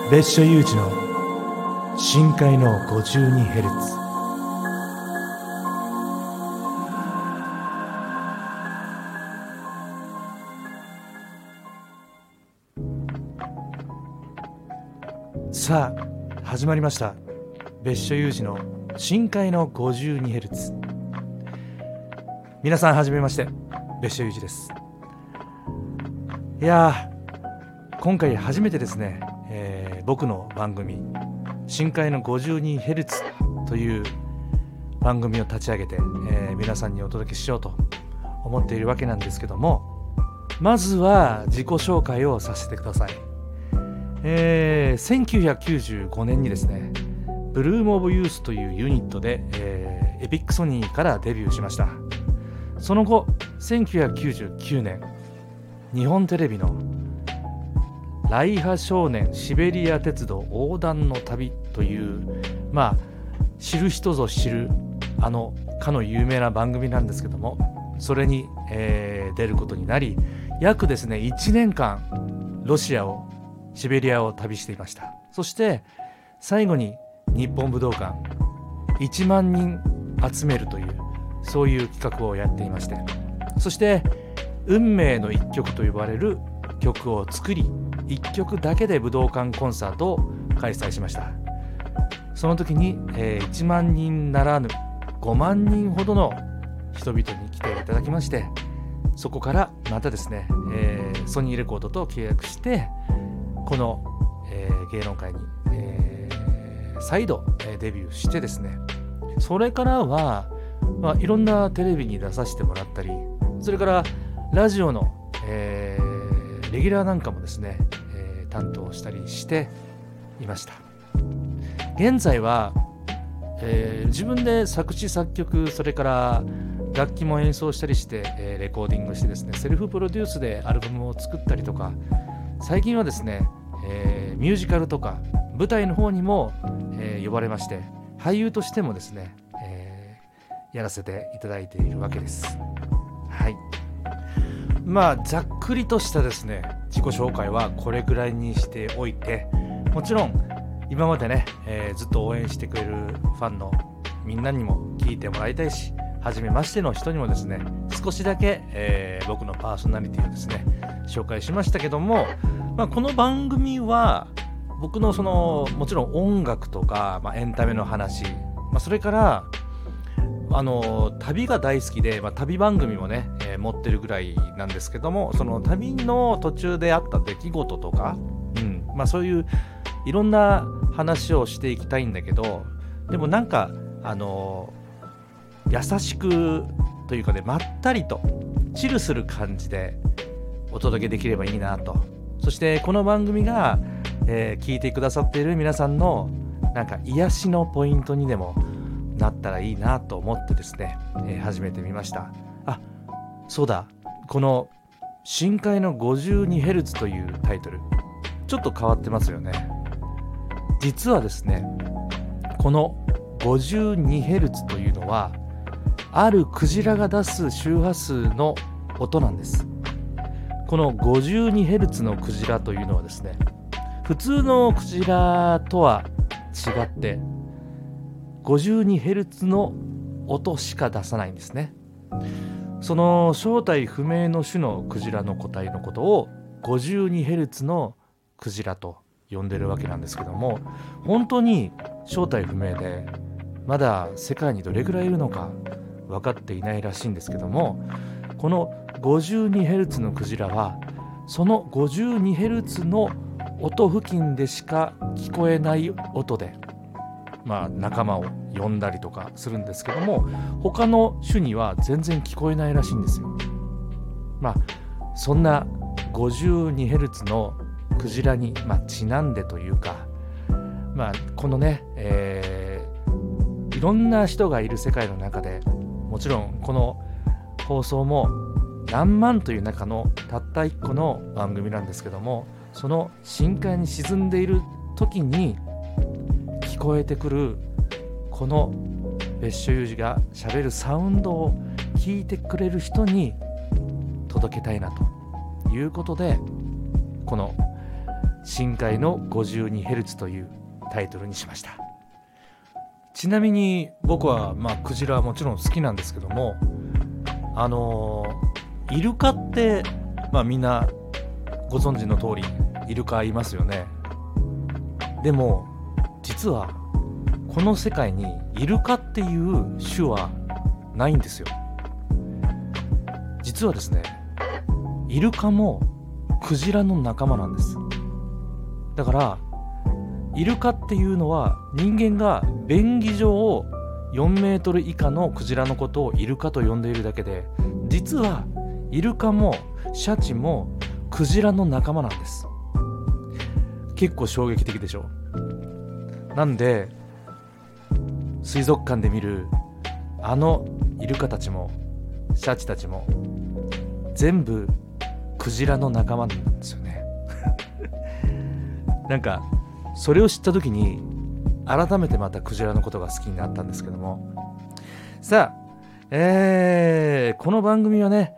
別所有事の深海の 52Hz。 さあ始まりました、別所有事の深海の 52Hz。 皆さんはじめまして、別所有事です。いや今回初めてですね、僕の番組深海の 52Hz という番組を立ち上げて、皆さんにお届けしようと思っているわけなんですけども、まずは自己紹介をさせてください。1995年にですね、ブルームオブユースというユニットで、エピックソニーからデビューしました。その後1999年、日本テレビのライハ少年シベリア鉄道横断の旅という、知る人ぞ知るかの有名な番組なんですけども、それに、出ることになり、約ですね1年間シベリアを旅していました。そして最後に日本武道館1万人集めるという、そういう企画をやっていまして、そして運命の一曲と呼ばれる曲を作り、1曲だけで武道館コンサートを開催しました。その時に、1万人ならぬ5万人ほどの人々に来ていただきまして、そこからまたですね、ソニーレコードと契約して、この、芸能界に、再度、デビューしてですね、それからは、いろんなテレビに出させてもらったり、それからラジオの、レギュラーなんかもですね、担当したりしていました。現在は、自分で作詞作曲、それから楽器も演奏したりして、レコーディングしてですね、セルフプロデュースでアルバムを作ったりとか、最近はですね、ミュージカルとか舞台の方にも、呼ばれまして、俳優としてもですね、やらせていただいているわけです。はい。ざっくりとしたですね自己紹介はこれぐらいにしておいて、もちろん今までね、ずっと応援してくれるファンのみんなにも聞いてもらいたいし、初めましての人にもですね少しだけ、僕のパーソナリティをですね紹介しましたけども、この番組は僕のもちろん音楽とか、エンタメの話、それから旅が大好きで、旅番組もね、持ってるぐらいなんですけども、その旅の途中であった出来事とか、そういういろんな話をしていきたいんだけど、でもなんか優しくというかね、まったりとチルする感じでお届けできればいいなと。そしてこの番組が、聞いてくださっている皆さんのなんか癒しのポイントにでもなったらいいなと思ってですね、始めてみました。そうだ、この深海の 52Hz というタイトル、ちょっと変わってますよね。実はですね、この 52Hz というのはあるクジラが出す周波数の音なんです。この 52Hz のクジラというのはですね、普通のクジラとは違って 52Hz の音しか出さないんですね。その正体不明の種のクジラの個体のことを 52Hz のクジラと呼んでるわけなんですけども、本当に正体不明で、まだ世界にどれくらいいるのか分かっていないらしいんですけども、この 52Hz のクジラはその 52Hz の音付近でしか聞こえない音で、仲間を呼んだりとかするんですけども、他の種には全然聞こえないらしいんですよ。そんな 52Hz のクジラに、ちなんでというか、このね、いろんな人がいる世界の中で、もちろんこの放送も何万という中のたった一個の番組なんですけども、その深海に沈んでいる時に聞こえてくるこの別所有事が喋るサウンドを聞いてくれる人に届けたいなということで、この深海の 52Hz というタイトルにしました。ちなみに僕はクジラはもちろん好きなんですけども、イルカって、みんなご存知の通りイルカいますよね。でも実はこの世界にイルカっていう種はないんですよ。実はですね、イルカもクジラの仲間なんです。だからイルカっていうのは、人間が便宜上4メートル以下のクジラのことをイルカと呼んでいるだけで、実はイルカもシャチもクジラの仲間なんです。結構衝撃的でしょ。なんで水族館で見るイルカたちもシャチたちも全部クジラの仲間なんですよねなんかそれを知った時に改めてまたクジラのことが好きになったんですけども、さあ、この番組はね、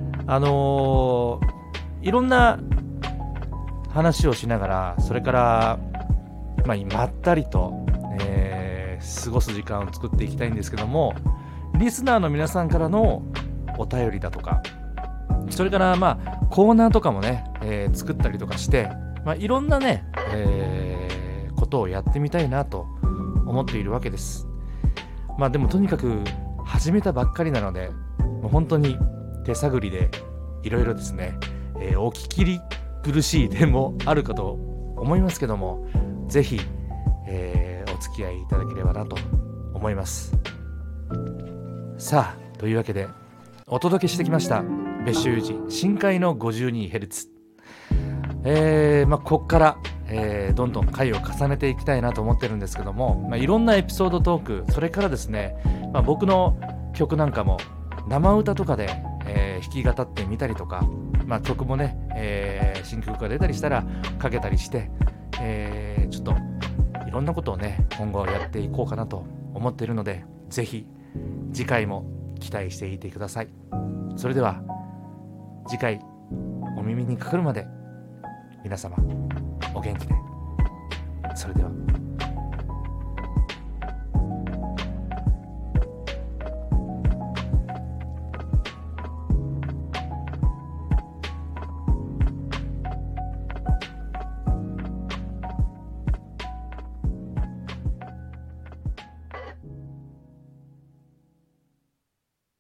いろんな話をしながら、それからまったりと、過ごす時間を作っていきたいんですけども、リスナーの皆さんからのお便りだとか、それからコーナーとかもね、作ったりとかして、いろんなね、ことをやってみたいなと思っているわけです。でもとにかく始めたばっかりなので、もう本当に手探りでいろいろですね、お聞き苦しい点もあるかと思いますけども、ぜひ、お付き合いいただければなと思います。さあ、というわけでお届けしてきました別所有事深海の 52Hz、こっから、どんどん回を重ねていきたいなと思ってるんですけども、いろんなエピソードトーク、それからですね、僕の曲なんかも生歌とかで、弾き語ってみたりとか、曲もね、新曲が出たりしたらかけたりして、ちょっといろんなことをね今後やっていこうかなと思っているので、ぜひ次回も期待していてください。それでは次回お耳にかかるまで皆様お元気で。それでは。